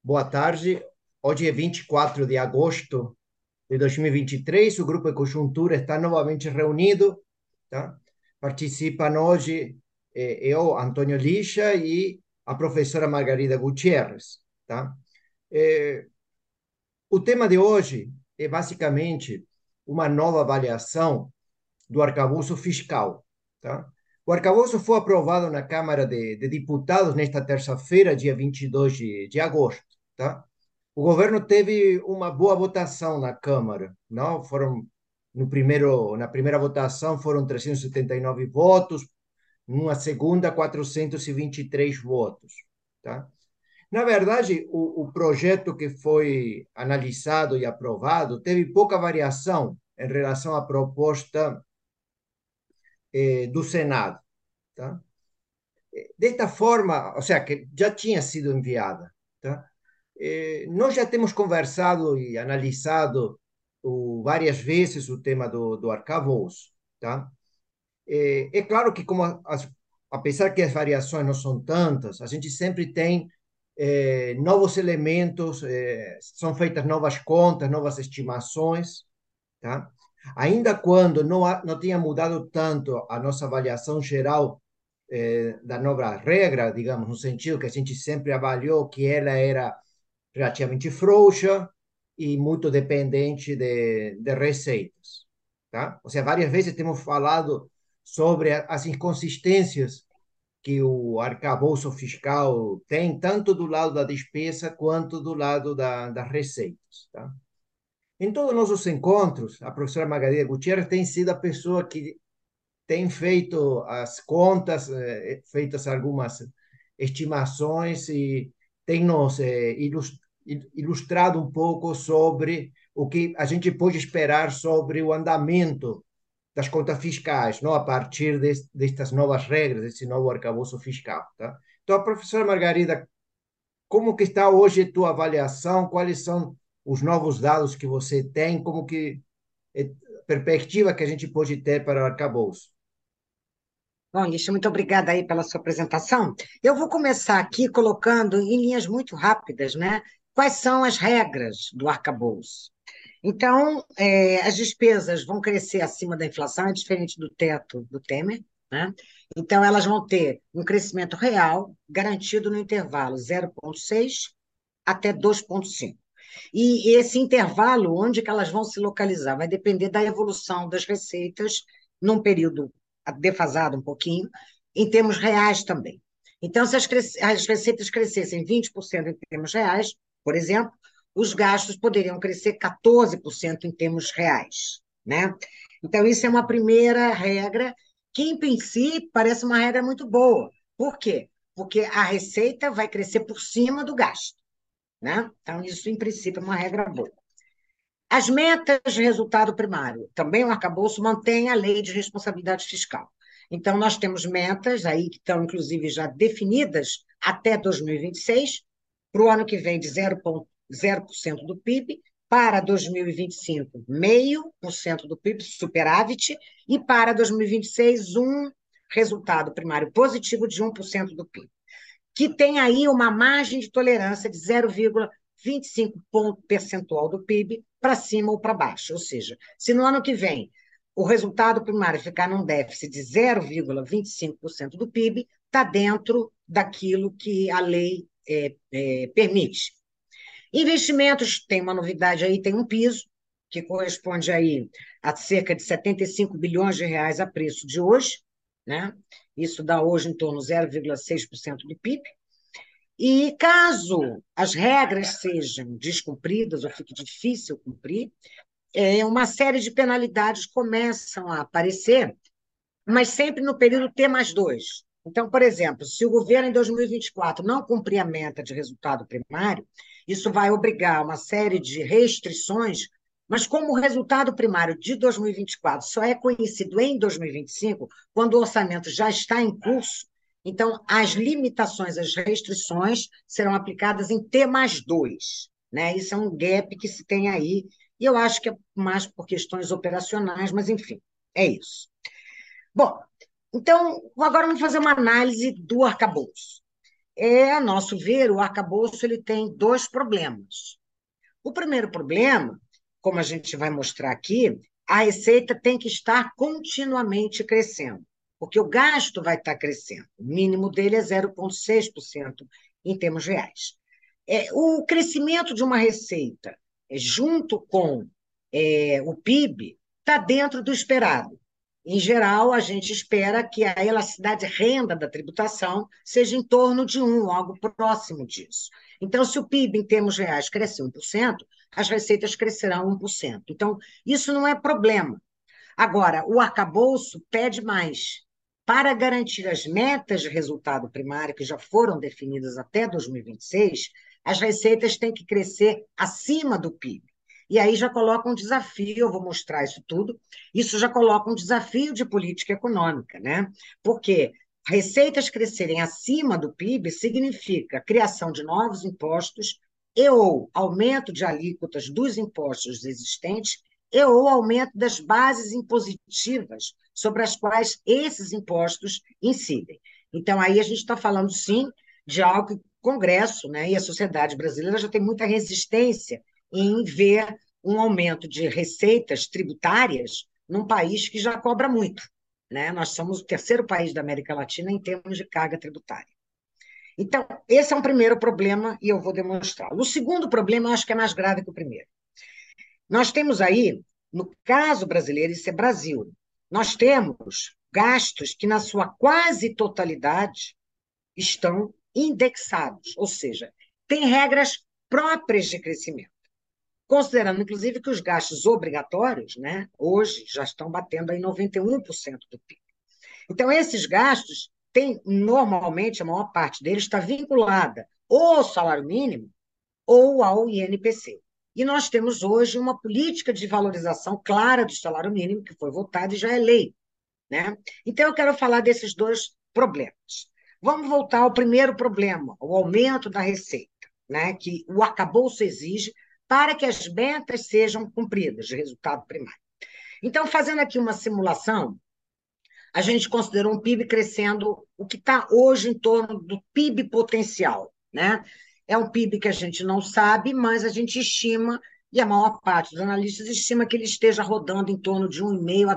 Boa tarde. Hoje é 24 de agosto de 2023. O Grupo de Conjuntura está novamente reunido, tá? Participam hoje eu, Antônio Lixa, e a professora Margarida Gutierrez, tá? Eh, o tema de hoje é basicamente uma nova avaliação do arcabouço fiscal, tá? O arcabouço foi aprovado na Câmara de Deputados nesta terça-feira, dia 22 de agosto, tá? O governo teve uma boa votação na Câmara, não? Foram na primeira votação foram 379 votos, numa segunda 423 votos, tá? Na verdade, o projeto que foi analisado e aprovado teve pouca variação em relação à proposta do Senado, tá? Desta forma, ou seja, que já tinha sido enviada, tá? Nós já temos conversado e analisado várias vezes o tema do arcabouço, tá? É claro que, apesar que as variações não são tantas, a gente sempre tem novos elementos, são feitas novas contas, novas estimações, tá? Ainda quando não tenha mudado tanto a nossa avaliação geral da nova regra, digamos, no sentido que a gente sempre avaliou que ela era relativamente frouxa e muito dependente de receitas, tá? Ou seja, várias vezes temos falado sobre as inconsistências que o arcabouço fiscal tem, tanto do lado da despesa quanto do lado das receitas, tá? Em todos os nossos encontros, a professora Margarida Gutierrez tem sido a pessoa que tem feito as contas, feitas algumas estimações e tem nos ilustrado um pouco sobre o que a gente pode esperar sobre o andamento das contas fiscais, não a partir destas novas regras, desse novo arcabouço fiscal, tá? Então, a professora Margarida, como que está hoje a tua avaliação? Quais são os novos dados que você tem? Como que é, perspectiva que a gente pode ter para o arcabouço? Bom, Lixa, muito obrigada aí pela sua apresentação. Eu vou começar aqui colocando em linhas muito rápidas, né? Quais são as regras do arcabouço? Então, as despesas vão crescer acima da inflação, é diferente do teto do Temer, né? Então, elas vão ter um crescimento real garantido no intervalo 0,6 até 2,5. E esse intervalo, onde que elas vão se localizar, vai depender da evolução das receitas num período defasado um pouquinho, em termos reais também. Então, se as receitas crescessem 20% em termos reais, por exemplo, os gastos poderiam crescer 14% em termos reais, né? Então, isso é uma primeira regra que, em princípio, parece uma regra muito boa. Por quê? Porque a receita vai crescer por cima do gasto, né? Então, isso, em princípio, é uma regra boa. As metas de resultado primário. Também o arcabouço mantém a lei de responsabilidade fiscal. Então, nós temos metas aí que estão, inclusive, já definidas até 2026, para o ano que vem de 0,0% do PIB, para 2025, 0,5% do PIB, superávit, e para 2026, um resultado primário positivo de 1% do PIB, que tem aí uma margem de tolerância de 0,25 ponto percentual do PIB para cima ou para baixo. Ou seja, se no ano que vem o resultado primário ficar num déficit de 0,25% do PIB, está dentro daquilo que a lei permite. Investimentos, tem uma novidade aí, tem um piso, que corresponde aí a cerca de 75 bilhões de reais a preço de hoje, né? Isso dá hoje em torno de 0,6% do PIB. E caso as regras sejam descumpridas ou fique difícil cumprir, uma série de penalidades começam a aparecer, mas sempre no período T mais dois. Então, por exemplo, se o governo em 2024 não cumprir a meta de resultado primário, isso vai obrigar uma série de restrições, mas como o resultado primário de 2024 só é conhecido em 2025, quando o orçamento já está em curso, então as limitações, as restrições serão aplicadas em T mais dois, né? Isso é um gap que se tem aí, e eu acho que é mais por questões operacionais, mas enfim, é isso. Bom, então, agora vamos fazer uma análise do arcabouço. a nosso ver, o arcabouço ele tem dois problemas. O primeiro problema, como a gente vai mostrar aqui, a receita tem que estar continuamente crescendo, porque o gasto vai estar crescendo. O mínimo dele é 0,6% em termos reais. O crescimento de uma receita, junto com o PIB, está dentro do esperado. Em geral, a gente espera que a elasticidade renda da tributação seja em torno de 1, algo próximo disso. Então, se o PIB, em termos reais, crescer 1%, as receitas crescerão 1%. Então, isso não é problema. Agora, o arcabouço pede mais. Para garantir as metas de resultado primário, que já foram definidas até 2026, as receitas têm que crescer acima do PIB. E aí já coloca um desafio, eu vou mostrar isso tudo, isso já coloca um desafio de política econômica, né? Porque receitas crescerem acima do PIB significa criação de novos impostos e ou aumento de alíquotas dos impostos existentes e ou aumento das bases impositivas sobre as quais esses impostos incidem. Então, aí a gente está falando, sim, de algo que o Congresso, né, e a sociedade brasileira já tem muita resistência em ver um aumento de receitas tributárias num país que já cobra muito. Né? Nós somos o terceiro país da América Latina em termos de carga tributária. Então, esse é um primeiro problema e eu vou demonstrá-lo. O segundo problema, eu acho que é mais grave que o primeiro. Nós temos aí, no caso brasileiro, isso é Brasil, nós temos gastos que, na sua quase totalidade, estão indexados, ou seja, tem regras próprias de crescimento, considerando, inclusive, que os gastos obrigatórios, né, hoje, já estão batendo aí 91% do PIB. Então, esses gastos têm, normalmente, a maior parte deles está vinculada ou ao salário mínimo ou ao INPC. E nós temos hoje uma política de valorização clara do salário mínimo, que foi votada e já é lei. Né? Então, eu quero falar desses dois problemas. Vamos voltar ao primeiro problema, o aumento da receita, né? Que o arcabouço exige para que as metas sejam cumpridas de resultado primário. Então, fazendo aqui uma simulação, a gente considerou um PIB crescendo, o que está hoje em torno do PIB potencial. Né? É um PIB que a gente não sabe, mas a gente estima, e a maior parte dos analistas estima que ele esteja rodando em torno de 1,5% a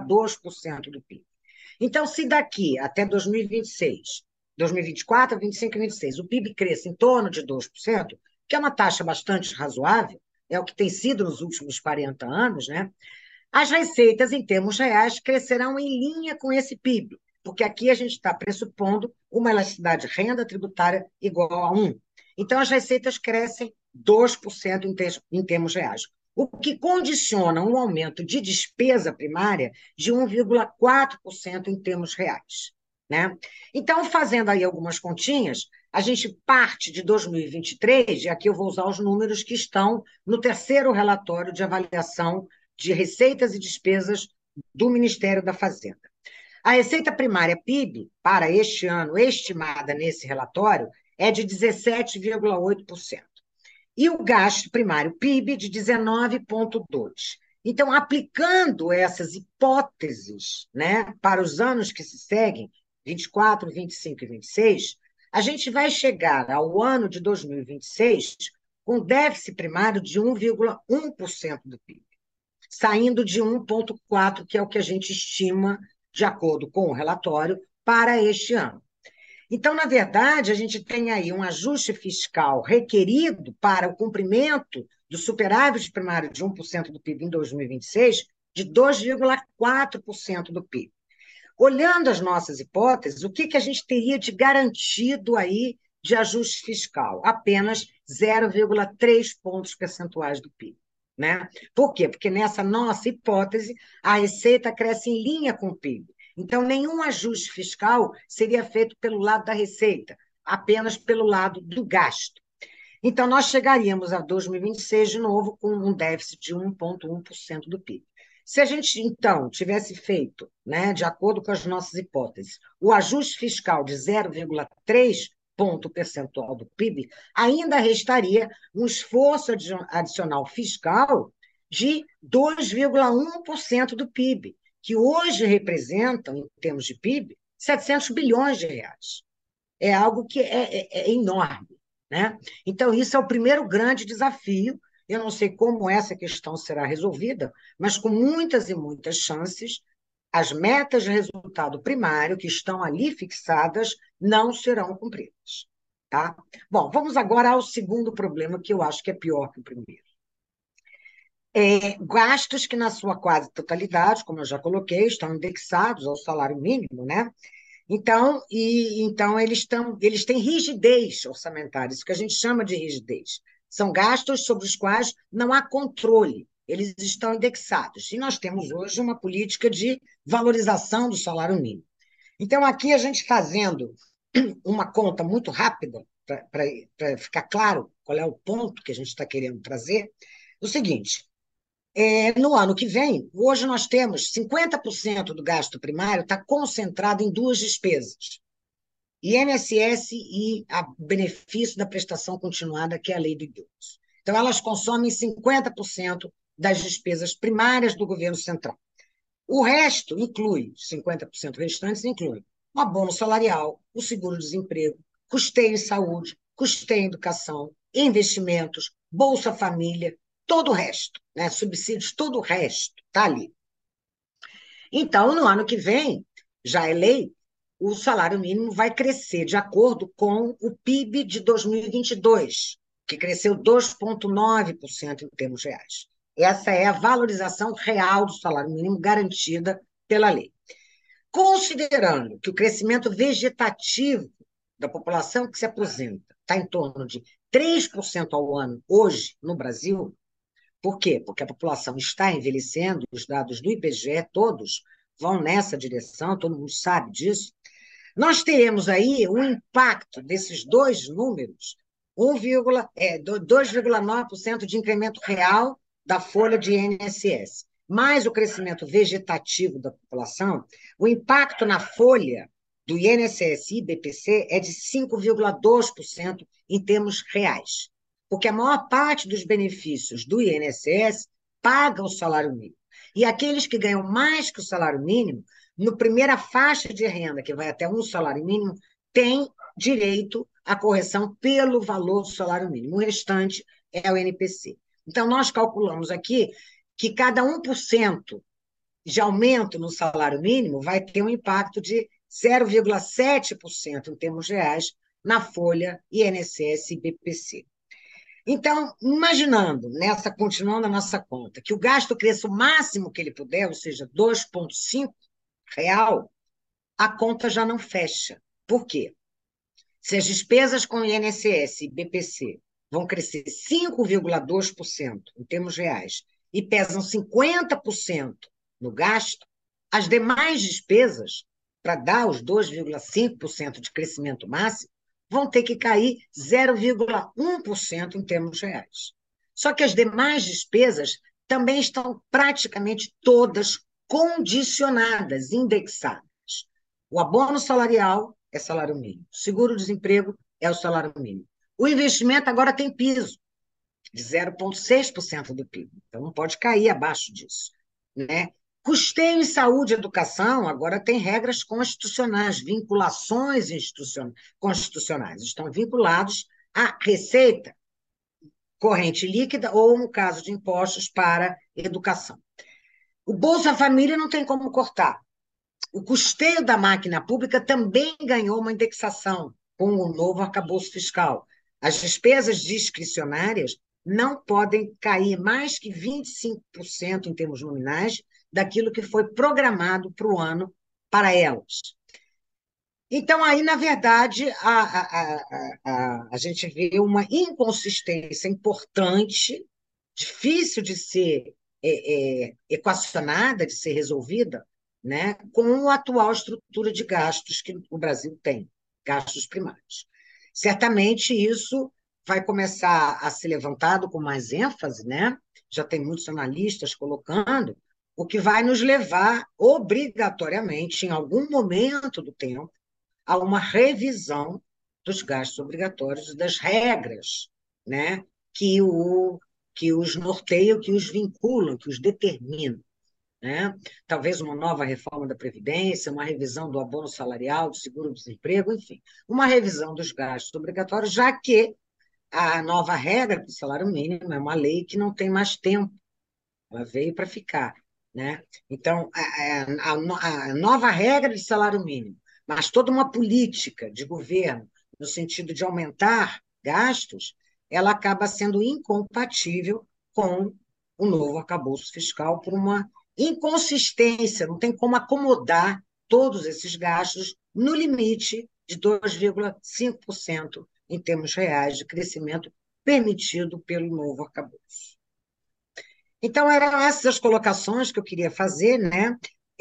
2% do PIB. Então, se daqui até 2026, 2024, 25 e 26, o PIB cresce em torno de 2%, que é uma taxa bastante razoável, é o que tem sido nos últimos 40 anos, né? As receitas, em termos reais, crescerão em linha com esse PIB, porque aqui a gente está pressupondo uma elasticidade de renda tributária igual a 1. Então, as receitas crescem 2% em termos reais, o que condiciona um aumento de despesa primária de 1,4% em termos reais. Né? Então, fazendo aí algumas continhas, a gente parte de 2023, e aqui eu vou usar os números que estão no terceiro relatório de avaliação de receitas e despesas do Ministério da Fazenda. A receita primária PIB, para este ano, estimada nesse relatório, é de 17,8%. E o gasto primário PIB de 19,2%. Então, aplicando essas hipóteses, né, para os anos que se seguem, 24, 25 e 26, a gente vai chegar ao ano de 2026 com déficit primário de 1,1% do PIB, saindo de 1,4%, que é o que a gente estima, de acordo com o relatório, para este ano. Então, na verdade, a gente tem aí um ajuste fiscal requerido para o cumprimento do superávit primário de 1% do PIB em 2026, de 2,4% do PIB. Olhando as nossas hipóteses, o que a gente teria de garantido aí de ajuste fiscal? Apenas 0,3 pontos percentuais do PIB. Né? Por quê? Porque nessa nossa hipótese, a receita cresce em linha com o PIB. Então, nenhum ajuste fiscal seria feito pelo lado da receita, apenas pelo lado do gasto. Então, nós chegaríamos a 2026, de novo, com um déficit de 1,1% do PIB. Se a gente, então, tivesse feito, né, de acordo com as nossas hipóteses, o ajuste fiscal de 0,3 ponto percentual do PIB, ainda restaria um esforço adicional fiscal de 2,1% do PIB, que hoje representam, em termos de PIB, 700 bilhões de reais. é algo que é enorme, né? Então, isso é o primeiro grande desafio. Eu não sei como essa questão será resolvida, mas com muitas e muitas chances, as metas de resultado primário que estão ali fixadas não serão cumpridas. Tá? Bom, vamos agora ao segundo problema, que eu acho que é pior que o primeiro. Gastos que, na sua quase totalidade, como eu já coloquei, estão indexados ao salário mínimo, né? Então eles têm rigidez orçamentária, isso que a gente chama de rigidez. São gastos sobre os quais não há controle, eles estão indexados. E nós temos hoje uma política de valorização do salário mínimo. Então, aqui a gente fazendo uma conta muito rápida, para ficar claro qual é o ponto que a gente está querendo trazer, o seguinte: no ano que vem, hoje nós temos 50% do gasto primário está concentrado em duas despesas: INSS e o benefício da prestação continuada, que é a lei do idoso. Então, elas consomem 50% das despesas primárias do governo central. O resto inclui, 50% restantes inclui o abono salarial, o seguro-desemprego, custeio em saúde, custeio em educação, investimentos, Bolsa Família, todo o resto, né? Subsídios, todo o resto está ali. Então, no ano que vem, já é lei, o salário mínimo vai crescer de acordo com o PIB de 2022, que cresceu 2,9% em termos reais. Essa é a valorização real do salário mínimo garantida pela lei. Considerando que o crescimento vegetativo da população que se aposenta está em torno de 3% ao ano hoje no Brasil, por quê? Porque a população está envelhecendo, os dados do IBGE todos vão nessa direção, todo mundo sabe disso. Nós teremos aí o impacto desses dois números, 2,9% de incremento real da folha de INSS, mais o crescimento vegetativo da população, o impacto na folha do INSS e BPC é de 5,2% em termos reais, porque a maior parte dos benefícios do INSS paga o salário mínimo. E aqueles que ganham mais que o salário mínimo, no primeira faixa de renda, que vai até um salário mínimo, tem direito à correção pelo valor do salário mínimo. O restante é o NPC. Então, nós calculamos aqui que cada 1% de aumento no salário mínimo vai ter um impacto de 0,7% em termos reais na folha INSS e BPC. Então, imaginando, continuando a nossa conta, que o gasto cresça o máximo que ele puder, ou seja, 2,5 real, a conta já não fecha. Por quê? Se as despesas com INSS e BPC vão crescer 5,2% em termos reais e pesam 50% no gasto, as demais despesas, para dar os 2,5% de crescimento máximo, vão ter que cair 0,1% em termos reais. Só que as demais despesas também estão praticamente todas condicionadas, indexadas. O abono salarial é salário mínimo. O seguro-desemprego é o salário mínimo. O investimento agora tem piso de 0,6% do PIB. Então, não pode cair abaixo disso. Né? Custeio em saúde e educação agora tem regras constitucionais, vinculações constitucionais. Estão vinculados à receita corrente líquida ou, no caso de impostos, para educação. O Bolsa Família não tem como cortar. O custeio da máquina pública também ganhou uma indexação com o novo arcabouço fiscal. As despesas discricionárias não podem cair mais que 25% em termos nominais daquilo que foi programado para o ano para elas. Então, aí, na verdade, a gente vê uma inconsistência importante, difícil de ser equacionada, de ser resolvida, né, com a atual estrutura de gastos que o Brasil tem, gastos primários. Certamente isso vai começar a ser levantado com mais ênfase, né? Já tem muitos analistas colocando, o que vai nos levar obrigatoriamente, em algum momento do tempo, a uma revisão dos gastos obrigatórios, das regras, né, que os norteiam, que os vinculam, que os determinam. né? Talvez uma nova reforma da Previdência, uma revisão do abono salarial, do seguro-desemprego, enfim, uma revisão dos gastos obrigatórios, já que a nova regra do salário mínimo é uma lei que não tem mais tempo, ela veio para ficar, né? Então, a nova regra de salário mínimo, mas toda uma política de governo no sentido de aumentar gastos, ela acaba sendo incompatível com o novo arcabouço fiscal por uma inconsistência, não tem como acomodar todos esses gastos no limite de 2,5% em termos reais de crescimento permitido pelo novo arcabouço. Então, eram essas as colocações que eu queria fazer, né?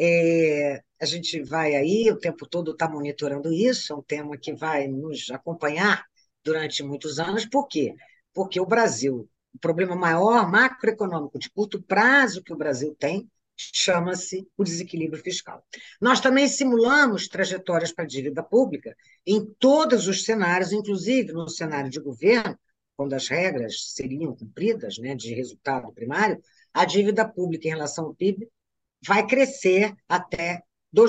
A gente vai aí, o tempo todo está monitorando isso, é um tema que vai nos acompanhar durante muitos anos. Por quê? Porque o Brasil, o problema maior macroeconômico de curto prazo que o Brasil tem, chama-se o desequilíbrio fiscal. Nós também simulamos trajetórias para a dívida pública em todos os cenários, inclusive no cenário de governo, quando as regras seriam cumpridas, né, de resultado primário, a dívida pública em relação ao PIB vai crescer até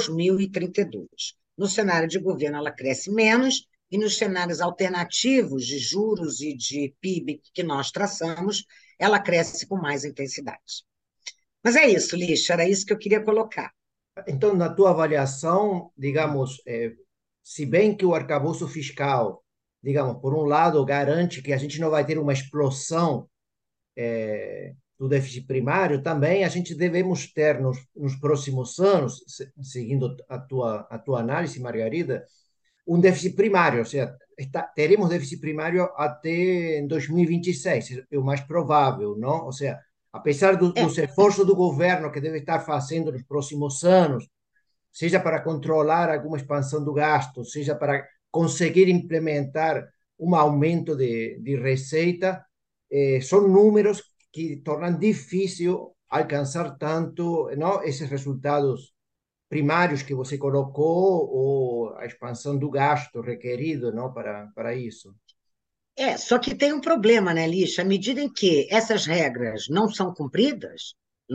2032. No cenário de governo, ela cresce menos, e nos cenários alternativos de juros e de PIB que nós traçamos, ela cresce com mais intensidade. Mas é isso, Lixa, era isso que eu queria colocar. Então, na tua avaliação, digamos, se bem que o arcabouço fiscal, digamos, por um lado, garante que a gente não vai ter uma explosão do déficit primário, também a gente devemos ter nos próximos anos, seguindo a tua análise, Margarida, um déficit primário, ou seja, teremos déficit primário até 2026, é o mais provável, não? Ou seja, apesar É, dos esforços do governo que deve estar fazendo nos próximos anos, seja para controlar alguma expansão do gasto, seja para conseguir implementar um aumento de receita, são números que tornam difícil alcançar tanto, não, esses resultados primários que você colocou ou a expansão do gasto requerido, não, para isso. só que tem um problema, né, Lixa? À medida em que essas regras não são cumpridas,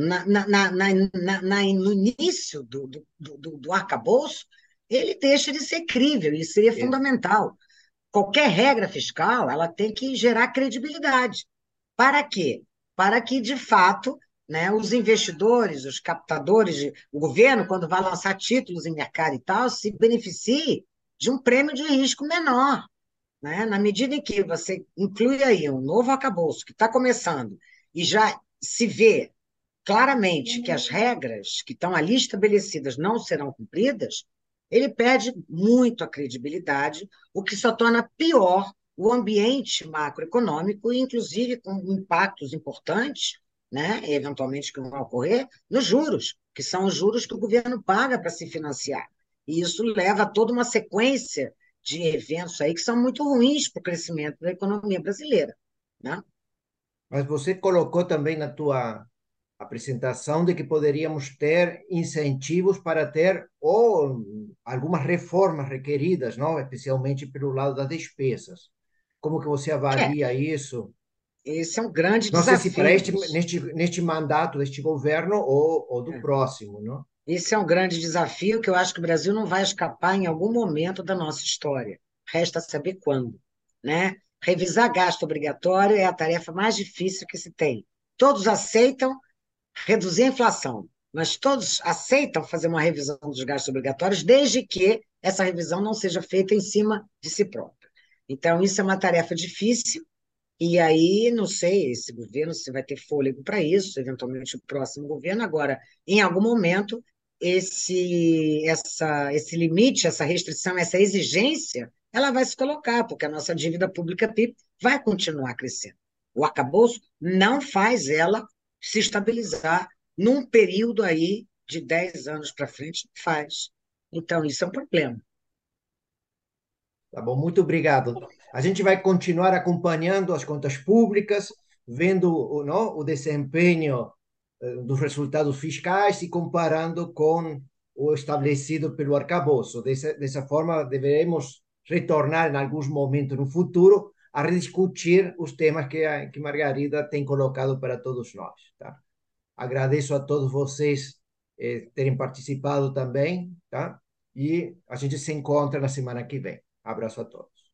no início do arcabouço, ele deixa de ser crível, isso seria É, fundamental. Qualquer regra fiscal, ela tem que gerar credibilidade. Para quê? Para que, de fato, né, os investidores, os captadores, o governo, quando vai lançar títulos em mercado e tal, se beneficie de um prêmio de risco menor, né? Na medida em que você inclui aí um novo arcabouço que está começando e já se vê claramente que as regras que estão ali estabelecidas não serão cumpridas, ele perde muito a credibilidade, o que só torna pior o ambiente macroeconômico, inclusive com impactos importantes, né, eventualmente que vão ocorrer, nos juros, que são os juros que o governo paga para se financiar. E isso leva a toda uma sequência de eventos aí que são muito ruins para o crescimento da economia brasileira, né? mas você colocou também na tua apresentação de que poderíamos ter incentivos para ter ou algumas reformas requeridas, não? Especialmente pelo lado das despesas. Como que você É, avalia isso? esse é um grande Não sei se para desafio. neste mandato deste governo ou do É. próximo, não? Esse é um grande desafio que eu acho que o Brasil não vai escapar em algum momento da nossa história. Resta saber quando, né? Revisar gasto obrigatório é a tarefa mais difícil que se tem. Todos aceitam reduzir a inflação, mas todos aceitam fazer uma revisão dos gastos obrigatórios desde que essa revisão não seja feita em cima de si própria. Então, isso é uma tarefa difícil, e aí, não sei, esse governo se vai ter fôlego para isso, eventualmente o próximo governo. Agora, em algum momento, esse limite, essa restrição, essa exigência, ela vai se colocar, porque a nossa dívida pública PIB vai continuar crescendo. O arcabouço não faz ela se estabilizar num período aí de 10 anos para frente, faz. Então, isso é um problema. Tá bom, muito obrigado. A gente vai continuar acompanhando as contas públicas, vendo não, o desempenho dos resultados fiscais e comparando com o estabelecido pelo arcabouço. Dessa forma, deveremos retornar em alguns momentos no futuro a rediscutir os temas que Margarida tem colocado para todos nós. Tá? Agradeço a todos vocês terem participado também, tá? E a gente se encontra na semana que vem. Abraço a todos.